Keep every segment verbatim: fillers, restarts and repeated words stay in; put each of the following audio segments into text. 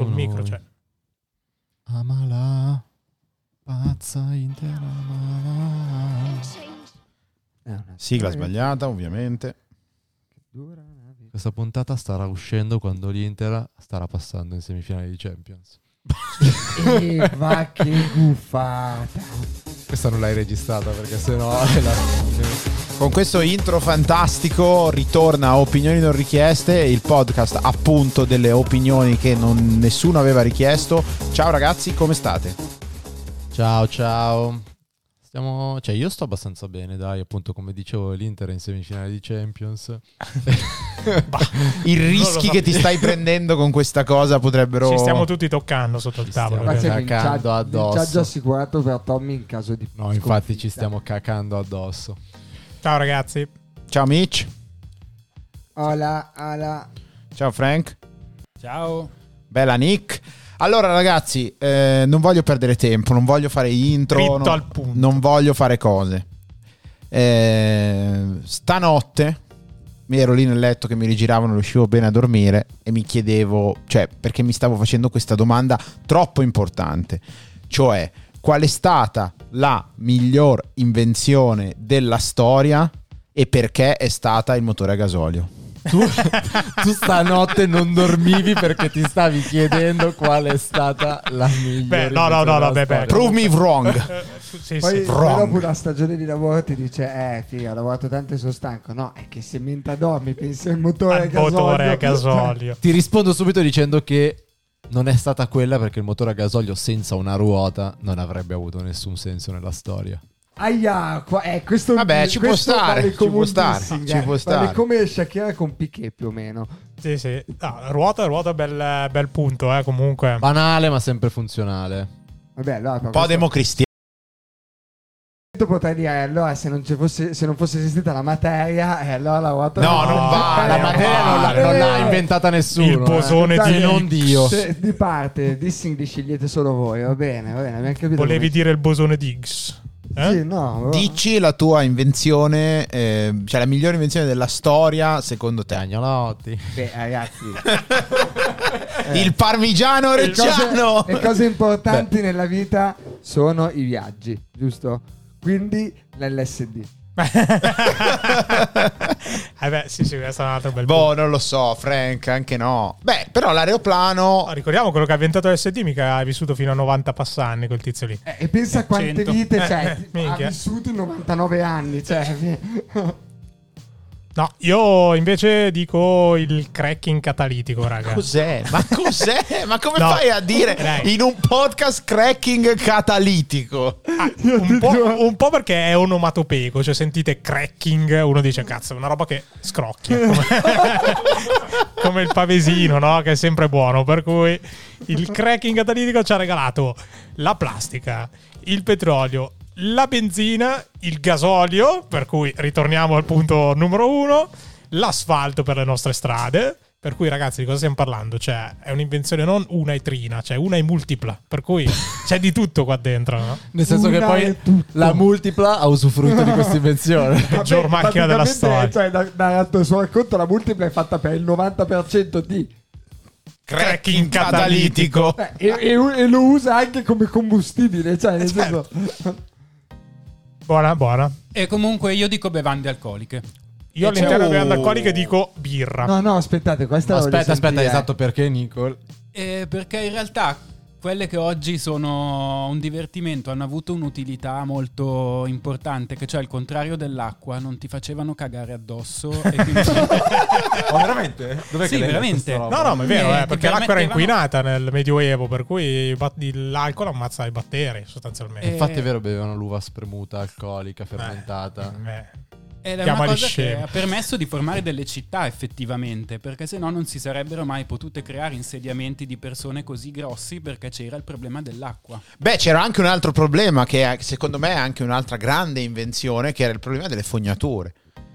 sul micro, cioè. Amala, pazza Inter, amala. Sigla sbagliata, ovviamente. Questa puntata starà uscendo quando l'Inter starà passando in semifinale di Champions. E va che buffata. Questa non l'hai registrata perché sennò è la... Con questo intro fantastico ritorna Opinioni non richieste, il podcast appunto delle opinioni che non, nessuno aveva richiesto. Ciao ragazzi, come state? Ciao ciao. Stiamo, cioè io sto abbastanza bene, dai, appunto come dicevo l'Inter è in semifinale di Champions. I rischi so. che ti stai prendendo con questa cosa potrebbero... Ci stiamo tutti toccando sotto il Ci tavolo. stiamo Ma c'è cacando vinciaggio, addosso. vinciaggio assicurato per Tommy in caso di No, infatti ci stiamo cacando addosso. Ciao ragazzi. Ciao Mitch. Hola, hola. Ciao Frank. Ciao. Bella Nick. Allora ragazzi, eh, non voglio perdere tempo, non voglio fare intro, Dritto non, al punto. non voglio fare cose. Eh, stanotte mi ero lì nel letto che mi rigiravo, non riuscivo bene a dormire e mi chiedevo, cioè perché mi stavo facendo questa domanda troppo importante, cioè qual è stata la miglior invenzione della storia e perché è stata il motore a gasolio? Tu, tu stanotte non dormivi perché ti stavi chiedendo qual è stata la migliore. Beh, no, no, no, no, beh, beh. Prove me wrong. Sì, Poi, sì. poi wrong. dopo una stagione di lavoro ti dice eh figa, ho lavorato tanto e sono stanco. No, è che se mentre dormi pensi al motore a Al gasolio. motore a gasolio. Ti rispondo subito dicendo che non è stata quella perché il motore a gasolio senza una ruota non avrebbe avuto nessun senso nella storia. Aia, qua, eh, questo Vabbè, ci può questo stare, vale ci può come stare, un dissing, ci eh. può stare. Vale come Shakira con Piqué più o meno. Sì, sì. No, ruota, ruota, bel, bel punto, eh, comunque. Banale ma sempre funzionale. Vabbè, allora, Un po' democristiano. potrei dire allora se non, ci fosse, se non fosse esistita la materia eh, allora la ruota No, non vale, La non materia non, l'ha, vale. non l'ha inventata nessuno. Il bosone eh. di Se non Dio. Se- di parte dissing li scegliete solo voi, va bene, va bene, abbiamo capito. Volevi come- dire il bosone di Higgs? Eh? Sì, no, Dici la tua invenzione, eh, cioè la migliore invenzione della storia secondo te? Agnolotti. beh, ragazzi, Il parmigiano le reggiano. cose, le cose importanti nella vita sono i viaggi, giusto? Quindi l'L S D. Eh beh, sì, sì, questo è un altro bel Boh, non lo so, Frank, anche no. Beh, però l'aeroplano... punto. Ricordiamo quello che ha inventato l'L S D, mica ha vissuto fino a novanta passanni quel tizio lì. Eh, e pensa a quante cento. vite Eh, c'è, eh, tipo, ha minchia. vissuto in novantanove anni, cioè No, io invece dico il cracking catalitico, raga. Cos'è? Ma cos'è? Ma come No. fai a dire Dai. in un podcast cracking catalitico? Ah, un, po', un po' perché è onomatopeico, cioè sentite cracking, uno dice cazzo, è una roba che scrocchia, come, come il pavesino, no? Che è sempre buono, per cui il cracking catalitico ci ha regalato la plastica, il petrolio, la benzina, il gasolio, per cui ritorniamo al punto numero uno, l'asfalto per le nostre strade. Per cui ragazzi di cosa stiamo parlando? Cioè è un'invenzione non una e trina, cioè una e multipla, per cui c'è di tutto qua dentro, no? Nel senso che Una poi è tutto. la multipla ha usufruito di questa invenzione. Peggior Vabbè, macchina della praticamente, storia. Cioè, da, da, dal suo racconto la multipla è fatta per il novanta per cento di Cracking catalitico. eh, e, e, e lo usa anche come combustibile, cioè nel Certo. senso Buona, buona. E comunque io dico bevande alcoliche. Io E all'interno c'è- delle bevande alcoliche dico birra. no no aspettate, questa la voglio Aspetta, aspetta, sentire. esatto perché Nicole. Eh, perché in realtà quelle che oggi sono un divertimento hanno avuto un'utilità molto importante, che cioè il contrario dell'acqua, non ti facevano cagare addosso. E quindi... Oh, veramente? Dov'è Sì, che l'hai veramente. letto sta roba? No, no, ma è vero, Eh, eh, ti perché l'acqua era permettevano- inquinata nel Medioevo, per cui i bat- l'alcol ammazza i batteri sostanzialmente. Infatti Eh, è vero, bevevano l'uva spremuta, alcolica, fermentata. Eh, Ed è Chiamali una cosa scemi. che ha permesso di formare delle città effettivamente, perché se no non si sarebbero mai potute creare insediamenti di persone così grossi, perché c'era il problema dell'acqua. Beh, c'era anche un altro problema che è, secondo me è anche un'altra grande invenzione, che era il problema delle fognature.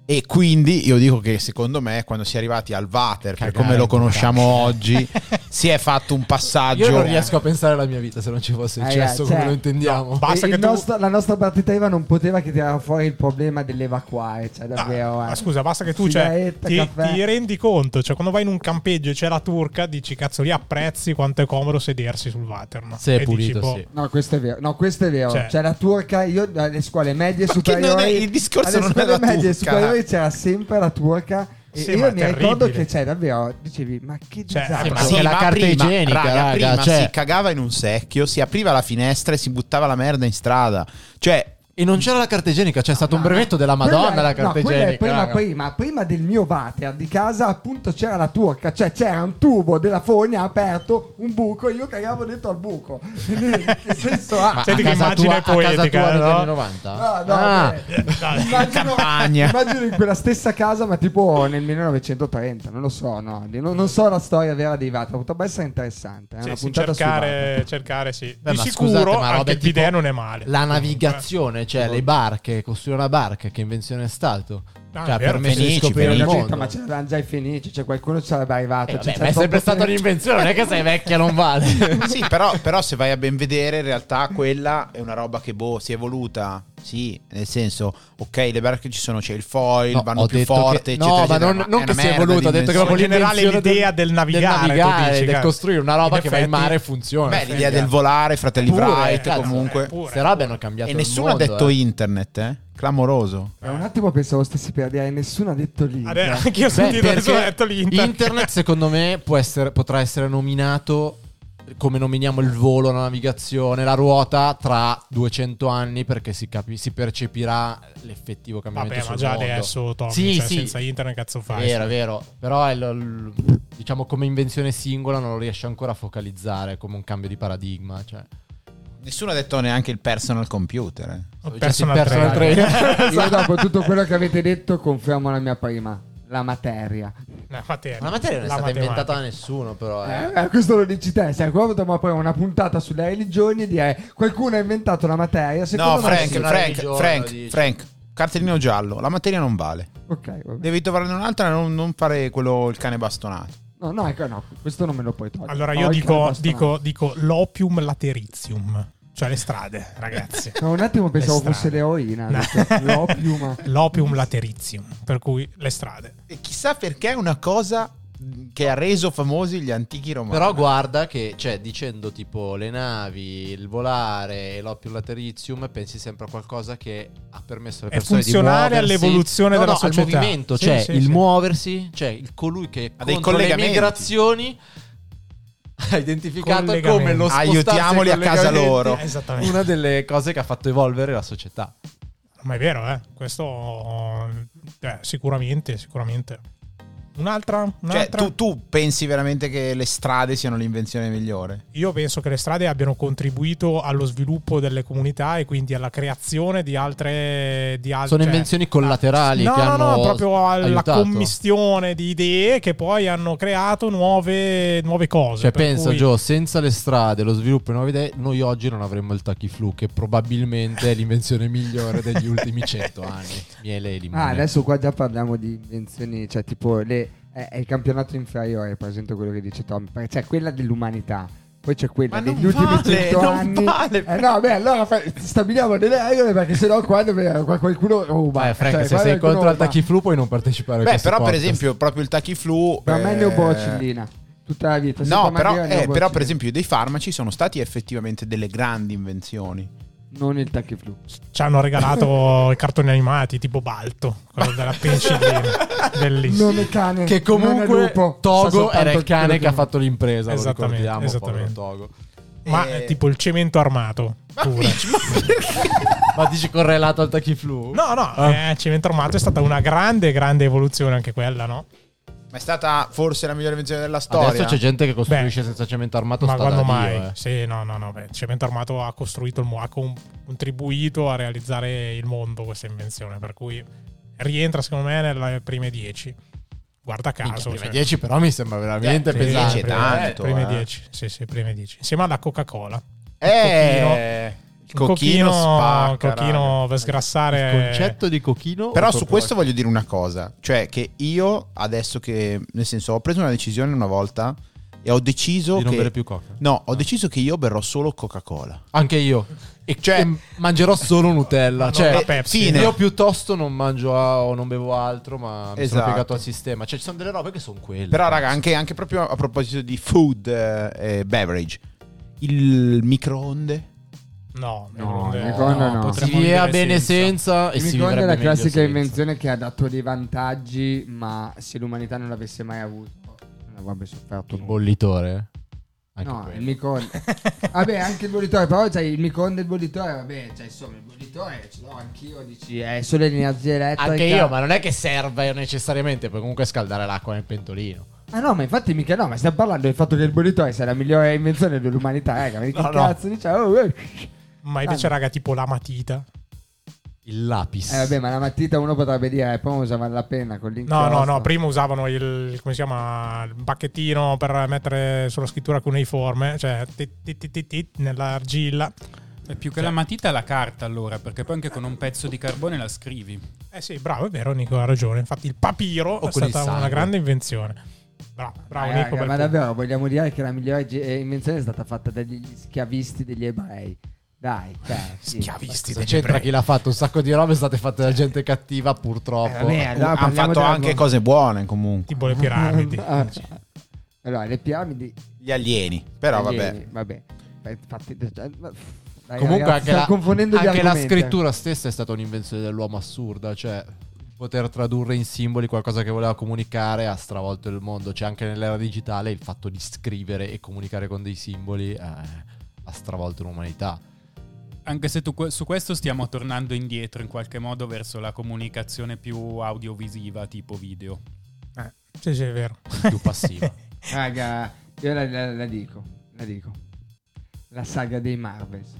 E quindi io dico che secondo me quando si è arrivati al water, per Cagare, come lo conosciamo cagare. oggi, si è fatto un passaggio. Io non riesco a pensare alla mia vita se non ci fosse il Eh, cesso cioè, come lo intendiamo. no, basta E che il tu- nostro- la nostra partita IVA non poteva che tirare fuori il problema dell'evacuare, cioè davvero. Ma eh. scusa, basta che tu cioè, Sigaretta, ti, caffè. ti rendi conto, cioè quando vai in un campeggio e c'è la turca, dici cazzo lì apprezzi quanto è comodo sedersi sul water, no? Se è E dici, pulito, boh, sì. No, questo è vero. No, questo è vero. Cioè- Cioè, la turca, io alle scuole medie e Ma che non è- superiori. il discorso alle non è scuole la medie e turca. superiori c'era sempre la turca. E Sì, io ma mi è ricordo terribile. che, cioè, davvero, dicevi, ma che Cioè, disastro. sì, ma anche la carta prima, igienica, raga, raga, prima cioè- si cagava in un secchio, si apriva la finestra e si buttava la merda in strada. Cioè, E non c'era la carta igienica, c'è stato un No, brevetto della quella Madonna è- la carta no, quella è igienica. prima, raga. prima, prima del mio water di casa, appunto, c'era la turca, cioè c'era un tubo della fogna aperto, un buco, io cagavo dentro al buco. Quindi, che senso ha? Ma Senti a che casa immagine tua, a casa poetica, tua negli no? anni novanta? No, no, Ah. beh, Dai, immagino, campagna. immagino in quella stessa casa, ma tipo nel millenovecentotrenta, non lo so, no, non, non so la storia vera dei water, potrebbe essere interessante. È Sì, una sì, puntata sui cercare, water. cercare sì. Beh, Di ma sicuro scusate, ma anche robe il bidet tipo non è male. La navigazione, cioè le barche, costruire una barca, che invenzione è stato? Ah, cioè, ha vero, permesso di Fenici, scoprire il Fenici. mondo. Ma c'erano già i Fenici, cioè qualcuno ci sarebbe arrivato. Eh, cioè, vabbè, c'è ma è troppo sempre stata tempo. un'invenzione, non è che sei vecchia non vale. sì, però, però se vai a ben vedere, in realtà quella è una roba che boh, si è evoluta. Sì, nel senso, ok, le barche ci sono, c'è il foil, No, vanno ho più detto forte, che- eccetera, no, ma eccetera, non- non è che una si è merda evoluta, ho di detto che invenzione. proprio In generale l'invenzione l'idea del navigare, del, navigare, tu dici, del cazzo. costruire una roba In che va in effetti- mare e funziona. Beh, l'idea del volare, fratelli Pure, Wright, cazzo, comunque. eh, pure. Queste robe hanno cambiato E il nessuno ha mondo, detto eh. internet, eh? Clamoroso. Eh, un attimo pensavo stessi per dire, nessuno ha detto lì. Adesso, anche io ho Beh, sentito adesso ho perché detto l'inter. internet secondo me può essere, potrà essere nominato come nominiamo il volo, la navigazione, la ruota tra duecento anni, perché si, capi- si percepirà l'effettivo cambiamento Vabbè, ma sul già mondo. adesso Tommy, Sì, cioè, sì. senza internet cazzo fai? Vero, è vero. Però è lo- l- diciamo come invenzione singola non lo riesce ancora a focalizzare come un cambio di paradigma, cioè. Nessuno ha detto neanche il personal computer. eh. Ho Già perso si una è perso trena. una trena. Io dopo tutto quello che avete detto confermo la mia prima, la materia. La materia. La materia non è La stata matematica. inventata da nessuno, però. Eh. Eh, eh, questo lo dici te, sai, qua potremmo aprire una puntata sulle religioni e dire qualcuno ha inventato la materia, secondo No, me Frank, sì. una Frank, religione, Frank, lo dici. Frank, cartellino giallo, la materia non vale. Ok, vabbè. Devi trovarne un'altra e non, non fare quello il cane bastonato. No, no, ecco, no, questo non me lo puoi togliere. Allora No, io il dico, cane dico, dico l'opium laterizium, cioè le strade, ragazzi. No, un attimo pensavo Le strade. fosse l'eroina, No. detto, l'opium. L'opium laterizium, per cui le strade. E chissà perché è una cosa che ha reso famosi gli antichi romani. Però guarda che, cioè, dicendo tipo le navi, il volare e l'opium laterizium, pensi sempre a qualcosa che ha permesso alle È persone di funzionale muoversi. all'evoluzione No, della no, società. al movimento, Sì, cioè sì, il sì. muoversi, cioè il colui che Ha dei contro le collegamenti. migrazioni ha identificato Collegamenti. come lo spostarsi Aiutiamoli e a casa collegamenti loro. Eh, Esattamente. una delle cose che ha fatto evolvere la società. Ma è vero, eh. Questo eh, sicuramente, sicuramente. Un'altra? Cioè, Un'altra? tu, tu pensi veramente che le strade siano l'invenzione migliore? Io penso che le strade abbiano contribuito allo sviluppo delle comunità e quindi alla creazione di altre... Di altre Sono invenzioni collaterali no, che no, hanno no, proprio alla aiutato. commistione di idee che poi hanno creato nuove, nuove cose. Cioè per pensa cui- Gio, senza le strade, lo sviluppo e nuove idee, noi oggi non avremmo il Tachiflu, che probabilmente è l'invenzione migliore degli ultimi cento anni. Miele e limone. Ah, adesso qua già parliamo di invenzioni, cioè tipo le, è, è il campionato inferiore, per esempio quello che dice Tom, perché c'è quella dell'umanità, poi c'è quella Ma degli non ultimi vale, cento non anni. vale. Eh no, beh, allora fa- stabiliamo delle regole perché sennò qua dove qualcuno ruba. Eh, Frank, Cioè, se qua sei qualcuno contro il ruba. Tachiflu puoi non partecipare a Beh, questo però per podcast. esempio proprio il Tachiflu... Per me eh, ne ho borcillina tutta la vita. No, senza però, maggiore eh, neoborcillina. però per esempio dei farmaci sono stati effettivamente delle grandi invenzioni. non il Tachiflu. Ci hanno regalato i cartoni animati tipo Balto, quello della penicillina. Bellissimo. Nome cane. Che non è comunque lupo, sa Togo soltanto era il cane quello che ha fatto l'impresa, lo Esattamente, ricordiamo, esattamente. povero Togo. Ma Eh, è tipo il cemento armato. Pure. Ma dici correlato al Tachiflu? No, no, Ah. eh, cemento armato è stata una grande, grande evoluzione anche quella, no? Ma è stata forse la migliore invenzione della storia. Adesso c'è gente che costruisce Beh, senza cemento armato, Ma sta quando da Dio, mai? eh. Sì, no, no, no. Beh, il cemento armato ha costruito il mondo, ha con- contribuito a realizzare il mondo questa invenzione, per cui rientra secondo me nelle prime dieci. Guarda Minchia, caso. prime cioè. dieci però mi sembra veramente Sì, pesante. dieci è prime, tanto, prime eh. dieci, sì, sì, prime dieci. Insieme alla Coca-Cola. Eh, Il cochino spacca, un cochino raga. per sgrassare. Il concetto di cochino. Però o su proprio- questo voglio dire una cosa, cioè che io adesso che, nel senso, ho preso una decisione una volta e ho deciso di non che bere più coca. no, ho deciso che io berrò solo Coca-Cola. Anche io. E Cioè- e mangerò solo Nutella. Ma Cioè, non la eh, Pepsi. fine. io piuttosto non mangio a- o non bevo altro, ma mi Esatto. sono piegato al sistema. Cioè, ci sono delle robe che sono quelle. Però raga, anche, anche proprio a proposito di food eh, e beverage, il microonde. No, No, non- il microonde no. si potremmo viveva vivere bene senza. senza, e Il si microonde è vivrebbe la meglio classica senza. invenzione che ha dato dei vantaggi, ma se l'umanità non l'avesse mai avuto, non avrebbe sofferto Il nulla. bollitore. Anche No, quello. il microonde. Vabbè, anche il bollitore, però c'è il microonde e il bollitore, vabbè, cioè insomma, il bollitore ce l'ho anch'io, dici, è solo l'energia elettrica. Anche io, ma non è che serve necessariamente, puoi comunque scaldare l'acqua nel pentolino. Ah no, ma infatti mica no, ma stiamo parlando del fatto che il bollitore sia la migliore invenzione dell'umanità, raga, ma che No, no. cazzo dice? Oh, eh. Ma invece, Ah, raga, tipo la matita. Il lapis. Eh vabbè, ma la matita uno potrebbe dire, eh, poi usavano la penna con No, l'inchiostro. no, no. Prima usavano il, come si chiama, il bacchettino per mettere sulla scrittura cuneiforme, cioè tit, tit, tit, tit, tit, nell'argilla. È più che la matita la carta allora, perché poi anche con un pezzo di carbone la scrivi. Eh sì, bravo, è vero, Nico ha ragione. Infatti il papiro O è con il stata una sangue. grande invenzione. Bravo, bravo Eh, Nico. raga, bel ma punto. davvero vogliamo dire che la migliore ge- eh, invenzione è stata fatta dagli schiavisti degli ebrei? Dai, cioè, sì. Schiavisti Cosa degli c'entra ebrei. chi l'ha fatto? Un sacco di robe sono state fatte da gente cattiva, Eh, purtroppo. vabbè, allora Hanno parliamo fatto della- anche cose buone comunque. Tipo le piramidi. Ah, allora, le piramidi. Gli alieni. Però vabbè. alieni, vabbè. Beh, infatti, dai, Comunque ragazzi, anche, stiamo la, confondendo gli anche la argomenti. scrittura stessa è stata un'invenzione dell'uomo assurda, cioè poter tradurre in simboli qualcosa che voleva comunicare ha stravolto il mondo. Cioè anche nell'era digitale il fatto di scrivere e comunicare con dei simboli eh, ha stravolto l'umanità. Anche se tu que- su questo stiamo tornando indietro in qualche modo verso la comunicazione più audiovisiva, tipo video. Eh, sì, sì, è vero. Più passiva. Raga, io la, la- la dico, la dico. La saga dei Marvels.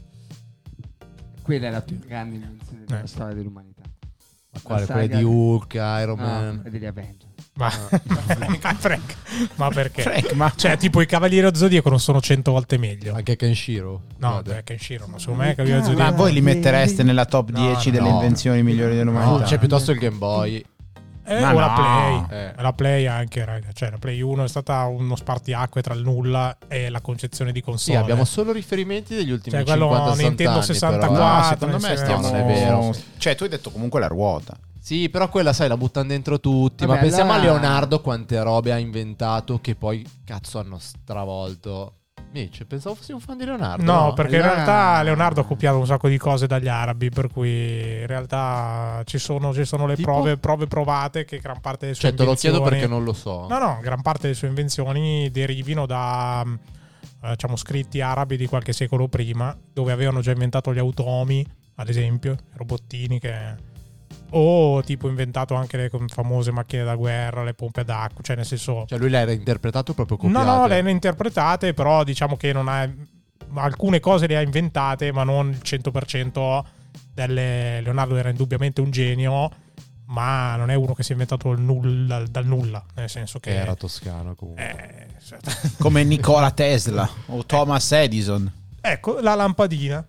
Quella è la più grande invenzione della Eh. storia dell'umanità. Ma quale? La Quelle saga di di- Hulk, Iron Man. No, è degli Avengers. Ma, Frank, Frank, ma perché? Frank, ma- Cioè, tipo i Cavalieri dello Zodiaco non sono cento volte meglio. Anche Kenshiro. No, Guarda. beh, Kenshiro, ma secondo me i Cavalieri dello Ma Zodiaco. voi li mettereste nella top No, dieci no, delle no. invenzioni migliori dell'umanità? No, c'è piuttosto il Game Boy. Eh, Ma o la no. Play. Eh. La Play anche, raga. Cioè, la Play uno è stata uno spartiacque tra il nulla e la concezione di Sì, console. abbiamo solo riferimenti degli ultimi Cioè, quello cinquanta sessanta Nintendo anni, sessantaquattro. però, eh. No, secondo me nel stiamo... senso- Non è vero. Cioè, tu hai detto comunque la ruota. Sì, però quella, sai, la buttano dentro tutti. Vabbè, ma pensiamo allora- a Leonardo quante robe ha inventato che poi, cazzo, hanno stravolto. Invece, pensavo fossi un fan di Leonardo. No, perché allora- in realtà Leonardo ha copiato un sacco di cose dagli arabi, per cui in realtà ci sono, ci sono le Tipo? prove, prove provate che gran parte delle sue Cioè, te lo chiedo invenzioni- perché non lo so. No, no, gran parte delle sue invenzioni derivino da eh, diciamo scritti arabi di qualche secolo prima, dove avevano già inventato gli automi, ad esempio, i robottini che o tipo inventato anche le famose macchine da guerra, le pompe ad acqua, cioè nel senso Cioè, lui l'ha interpretato proprio copiato. no, no, le hanno interpretate, però diciamo che non ha alcune cose le ha inventate, ma non il cento per cento delle. Leonardo era indubbiamente un genio, ma non è uno che si è inventato il nulla, dal nulla, nel senso che Che era toscano comunque. eh, Come Nikola Tesla o Thomas Edison. ecco la lampadina.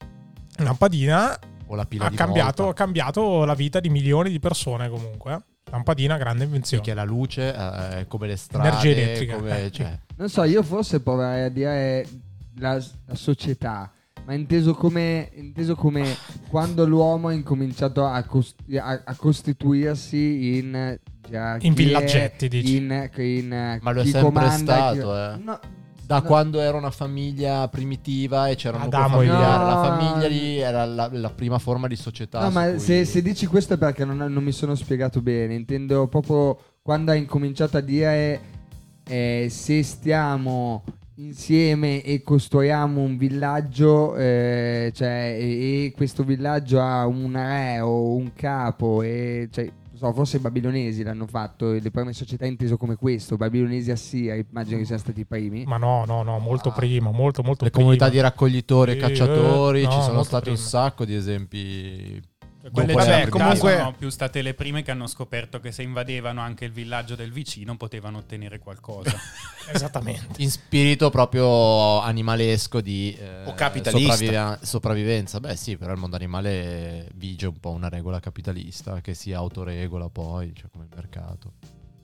Lampadina O la pila ha di cambiato, ha volta. cambiato la vita di milioni di persone comunque. Lampadina, grande Sì, invenzione. che la luce è come le strade. Energia elettrica. Come, Eh, cioè, Non so, io forse proverei a dire la, la società, ma inteso come, inteso come quando l'uomo ha incominciato a, costi- a- a costituirsi in gerarchie, In villaggetti, dici. in, in Ma lo è chi sempre comanda, chi- stato, eh. No, da no. quando era una famiglia primitiva e c'era un nucleo Adamo e Eva. familiare. La No. famiglia lì era la, la prima forma di società. No, su ma cui- se, se dici questo è perché non, non mi sono spiegato bene. Intendo proprio quando hai incominciato a dire eh, se stiamo insieme e costruiamo un villaggio, eh, cioè, e, e questo villaggio ha un re o un capo, e cioè, non so, forse i babilonesi l'hanno fatto, le prime società inteso come questo, babilonesi assiri, immagino che siano stati i primi. Ma no, no, no, molto Ah. prima, molto, molto le prima. comunità di raccoglitori e Sì, cacciatori, eh, no, ci sono molto stati un prima. sacco di esempi Quelle Vabbè, già in realtà comunque- sono più state le prime che hanno scoperto che se invadevano anche il villaggio del vicino potevano ottenere qualcosa. Esattamente. In spirito proprio animalesco di eh, O capitalista. sopravvive- sopravvivenza. Beh sì, però il mondo animale vige un po' una regola capitalista che si autoregola poi, cioè come il mercato.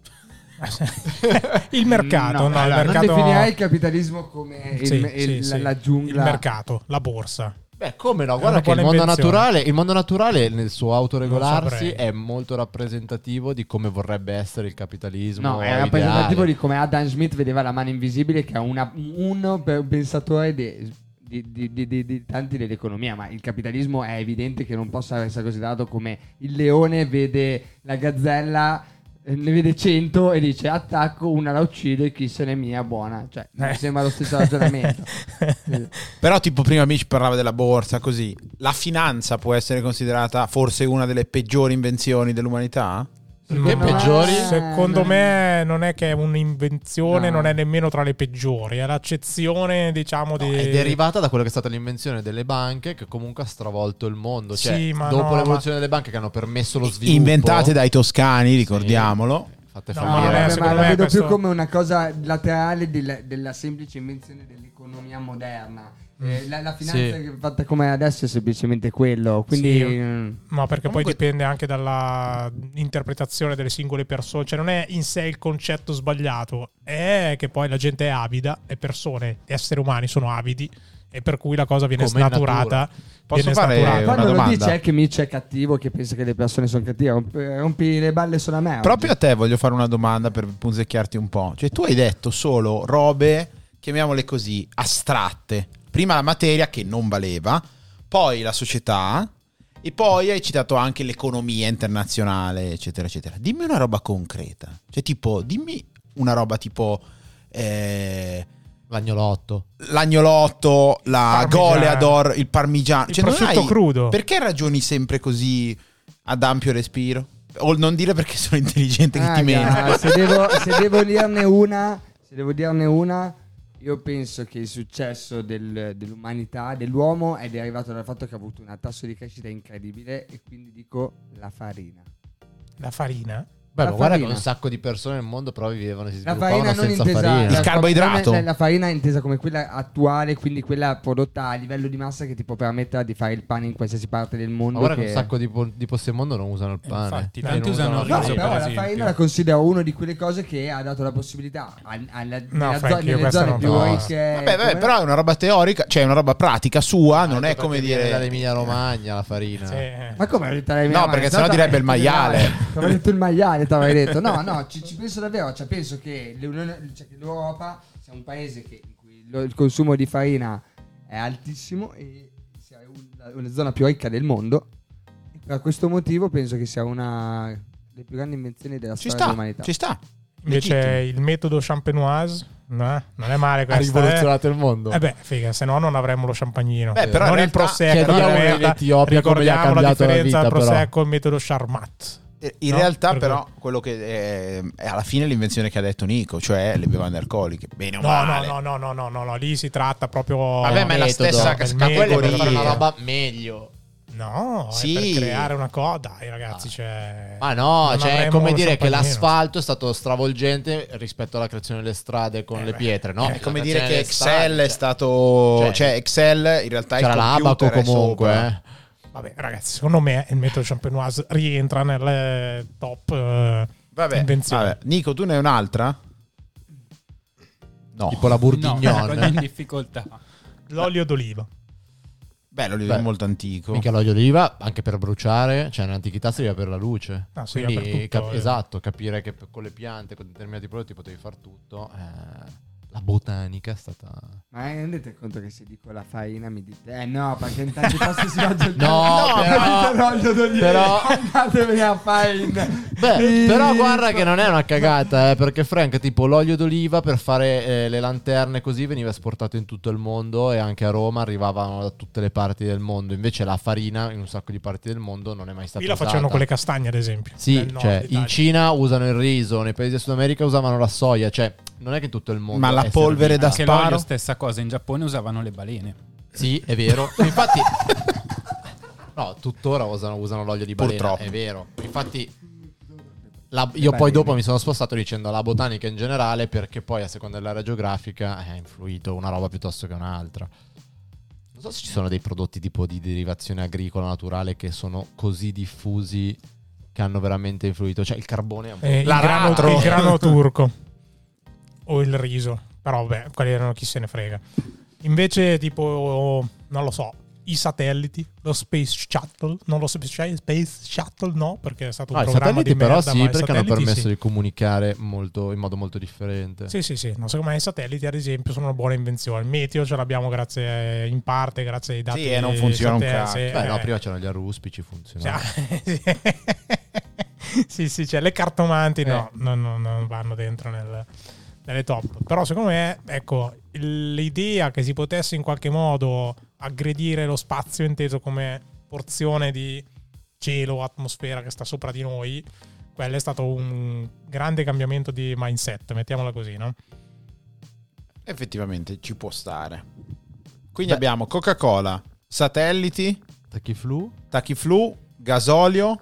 Il mercato, no, il allora, mercato... non definirei il capitalismo come il- Sì, il- sì, la, sì. la giungla. Il mercato, la borsa. Beh, come no? È Guarda una che il buona mondo, invenzione. naturale, il mondo naturale nel suo Non autoregolarsi saprei. è molto rappresentativo di come vorrebbe essere il capitalismo. No, è ideale. rappresentativo di come Adam Smith vedeva la mano invisibile, che è una, un pe- pensatore de- di, di- di- di- di tanti dell'economia, ma il capitalismo è evidente che non possa essere considerato come il leone vede la gazzella, eh, ne vede cento e dice attacco, una la uccide, chi se ne mia, buona. Cioè, mi Eh. sembra lo stesso ragionamento. Eh. Però tipo prima Mitch parlava della borsa, così. La finanza può essere considerata forse una delle peggiori invenzioni dell'umanità? Che No, peggiori? Secondo me non è che è un'invenzione, No. non è nemmeno tra le peggiori, è l'accezione, diciamo, di... No, è derivata da quello che è stata l'invenzione delle banche, che comunque ha stravolto il mondo. Cioè, Sì, ma dopo no, l'evoluzione delle banche che hanno permesso lo sviluppo, Inventate dai toscani, ricordiamolo. fatte No, No, ma non fallire. è- vabbè, secondo ma la me vedo questo- più come una cosa laterale della, della semplice invenzione dell'economia moderna. Eh, la, la finanza Sì. che è fatta come adesso è semplicemente quello. Quindi Sì. mm, Ma perché Comunque- poi dipende anche dalla interpretazione delle singole persone, cioè non è in sé il concetto sbagliato, è che poi la gente è avida, le persone, gli esseri umani sono avidi e per cui la cosa viene Come in snaturata. natura. Posso viene fare snaturata. una quando lo domanda? dice è che Mitch è cattivo, che pensa che le persone sono cattive. Rompi, rompi le balle solo a me. Proprio a oggi. te voglio fare una domanda per punzecchiarti un po'. Cioè, tu hai detto solo robe, chiamiamole così, astratte. Prima la materia che non valeva, poi la società e poi hai citato anche l'economia internazionale, eccetera, eccetera. Dimmi una roba concreta. Cioè, tipo, dimmi una roba tipo eh, L'agnolotto. l'agnolotto, la Parmigiano. goleador, il parmigiano. Il Cioè, non prosciutto hai- crudo. Perché ragioni sempre così ad ampio respiro? O non dire perché sono intelligente che ti Raga, meno. se, devo, se devo dirne una, se devo dirne una, io penso che il successo del- dell'umanità, dell'uomo, è derivato dal fatto che ha avuto un tasso di crescita incredibile, e quindi dico la farina. La farina? Beh, La ma guarda che farina. un sacco di persone nel mondo però vivevano e si La sviluppavano farina non senza intesa farina. Il carboidrato. La, la farina è intesa come quella attuale, quindi quella prodotta a livello di massa che ti può permettere di fare il pane in qualsiasi parte del mondo. Ma guarda che che- un sacco di, po- di posti al mondo non usano il pane. infatti, Cioè, tanti non usano la il No, riso, farina. però per la esempio. farina la considero una di quelle cose che ha dato la possibilità a- alla, nella Frank, zo- io nelle questa zone non più no. ricche. Vabbè, vabbè, come- però è una roba teorica, cioè è una roba pratica sua, non Ah, è come perché viene dire dall'Emilia Romagna la farina. Sì. Ma come ho detto lei? No, perché sennò direbbe il maiale. Ti avevo detto il maiale, ti avrei detto. No, no, ci, ci penso davvero. Cioè, penso che, l'Unione- cioè, che l'Europa sia un paese che, in cui lo- il consumo di farina è altissimo e sia un- la, una zona più ricca del mondo. E per questo motivo penso che sia una delle più grandi invenzioni della ci storia sta, dell'umanità. ci sta. Invece Legittimo. il metodo champenoise, no? Non è male Ha questo. Eh? rivoluzionato il mondo. Eh beh, figa, se no non avremmo lo champagnino. Beh, però non in il realtà prosecco. chiediamo di in merda. Etiopia come gli ha Ricordiamo la cambiato la differenza vita, tra il però. prosecco e il metodo Charmat. Eh, In No? realtà, Per però, quello che è, è alla fine l'invenzione che ha detto Nico, cioè le bevande alcoliche. Bene o No, male. no, no, no, no, no, no, lì si tratta proprio. Vabbè, ma è la metodo. stessa Il Ma quello è per fare categoria. una roba meglio. No, Sì. è per creare una cosa. Dai, ragazzi, cioè. Ma no, non cioè è avremmo come lo dire che champagnino. l'asfalto è stato stravolgente rispetto alla creazione delle strade con Eh le beh. pietre, no? È come La dire creazione che delle Excel strade, è cioè, stato. cioè, Cioè, Excel in realtà c'era il l'abaco computer è comunque, sopra. eh. Vabbè, ragazzi, secondo me il metodo champenoise rientra nelle top eh, Vabbè, invenzioni. vabbè. Nico, tu ne hai un'altra? No. Tipo la No, bourguignon. quello in difficoltà. L'olio d'oliva. Beh, l'olio è Beh, molto antico. Mica l'olio d'oliva, anche per bruciare, cioè nell'antichità serviva per la luce. Ah, serviva Quindi per tutto, cap- eh. esatto, capire che con le piante, con determinati prodotti potevi far tutto. eh, la botanica è stata... Ma rendete conto che se dico la farina mi dite eh no, perché in tanti posti si mangia il No, però- l'olio d'oliva. però- Andatevene a farina. Beh, però guarda che non è una cagata, eh, perché Frank, tipo l'olio d'oliva per fare eh, le lanterne così veniva esportato in tutto il mondo e anche a Roma arrivavano da tutte le parti del mondo. Invece la farina in un sacco di parti del mondo non è mai stata Qui la usata. facevano con le castagne, ad esempio. Sì, nel nord cioè Italia. in Cina usano il riso, nei paesi del Sud America usavano la soia, cioè non è che tutto il mondo Ma la è polvere servita. da Anche sparo? l'olio stessa cosa, in Giappone usavano le balene. Sì, è vero. Infatti No, tuttora usano, usano l'olio di balena, Purtroppo. è vero. Infatti la- io Beh, poi dopo dimmi. mi sono spostato dicendo la botanica in generale, perché poi a seconda dell'area geografica ha influito una roba piuttosto che un'altra. Non so se ci sono dei prodotti tipo di derivazione agricola naturale che sono così diffusi che hanno veramente influito. Cioè il carbone è un po'... Eh, il, L'aratro. grano, il grano turco o il riso, però vabbè, quelli erano chi se ne frega. Invece tipo, non lo so, i satelliti, lo Space Shuttle, non lo Space Space Shuttle no, perché è stato un No, i programma satelliti di però merda, sì, ma i perché hanno satelliti permesso sì. di comunicare molto, in modo molto differente. Sì, sì, sì. No, secondo me i satelliti, ad esempio, sono una buona invenzione. Il meteo ce l'abbiamo grazie in parte, grazie ai dati. Sì, e non funziona un satelliti, cazzo. sì, Beh, no, eh. prima c'erano gli arruspici, funzionava. Cioè, sì, sì, cioè le cartomanti Eh. no, non, non- non vanno dentro nel, nelle top. Però secondo me, ecco, il- l'idea che si potesse in qualche modo aggredire lo spazio inteso come porzione di cielo o atmosfera che sta sopra di noi, quello è stato un grande cambiamento di mindset, mettiamola così, no? Effettivamente ci può stare. Quindi Beh. abbiamo Coca-Cola, satelliti, Tachiflu? Tachiflu, gasolio,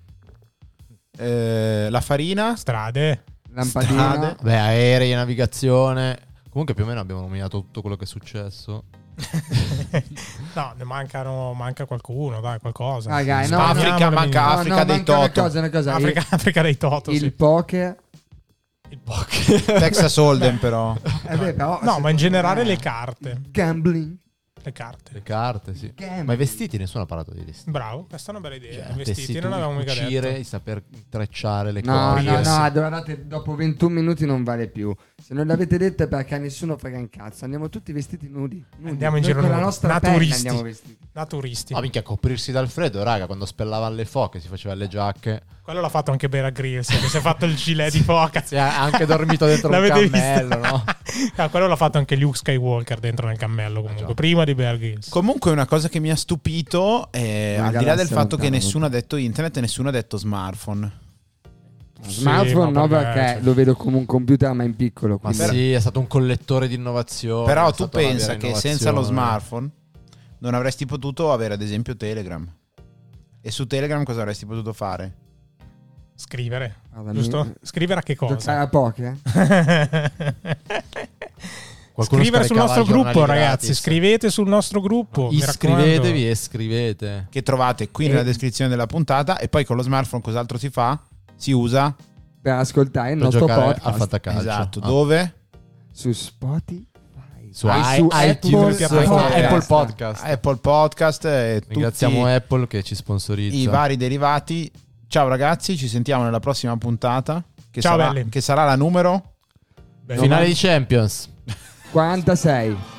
eh, la farina, Strade. Lampadina. strade. Beh, aerei, navigazione. Comunque più o meno abbiamo nominato tutto quello che è successo. No, ne mancano, manca qualcuno, dai, qualcosa. Raga, no, Africa, Spavniamole, manca minimo. Africa dei manca una Toto. cosa, una cosa. Africa, Africa dei Toto, il, sì. il poker. Il poker. Texas Hold'em però. Eh beh, però, No, ma in secondo generale me- le carte. Gambling. Le carte. Le carte, sì. Gambling. Ma i vestiti, nessuno ha parlato di vestiti. Bravo, questa è una bella idea. Cioè, I vestiti tessitura, non avevamo mica cucire, detto. il saper intrecciare le No, cose. no, Yes. no, guardate, dopo ventuno minuti non vale più. Se non l'avete detto è perché a nessuno frega un cazzo. Andiamo tutti vestiti nudi. nudi. Andiamo in Noi giro con la nudi. nostra Naturisti. penna andiamo vestiti. Naturisti. Ah, minchia, coprirsi dal freddo, raga, quando spellavano le foche si faceva le giacche. Quello l'ha fatto anche Bear Grylls, che si è fatto il gilet di foca. Si è anche dormito dentro un L'avete cammello, visto? no? No, quello l'ha fatto anche Luke Skywalker dentro nel cammello comunque, già. prima di Bear Grylls. Comunque una cosa che mi ha stupito, è, Una al di là del galassia fatto che lontana, nessuno ha detto internet e nessuno ha detto smartphone. Smartphone ma no, perché, perché cioè, lo vedo come un computer ma in piccolo. Ma quindi- sì, è stato un collettore di innovazione. Però è tu stata una pensa vera che senza lo innovazione. smartphone non avresti potuto avere ad esempio Telegram. E su Telegram cosa avresti potuto fare? Scrivere, Guarda, giusto? mi- Scrivere a che Giocare cosa? a poker? Qualcuno Scrivere sul scaricava nostro i giornali gruppo, ragazzi. gratis. Scrivete sul nostro gruppo. mi raccomando. Iscrivetevi e scrivete. Che trovate qui E- nella descrizione della puntata. E poi con lo smartphone cos'altro si fa? Si usa? Per ascoltare il Per nostro giocare al podcast fantacalcio. Esatto. Ah. Dove? su Spotify. Su, Ah, i- su iTunes, Apple Apple, Podcast. Apple Podcast. Apple Podcast e Ringraziamo tutti Apple che ci sponsorizza. i vari derivati. Ciao ragazzi, ci sentiamo nella prossima puntata. Che, Ciao, sarà, belli. che sarà la numero? Finale di Champions. quarantasei.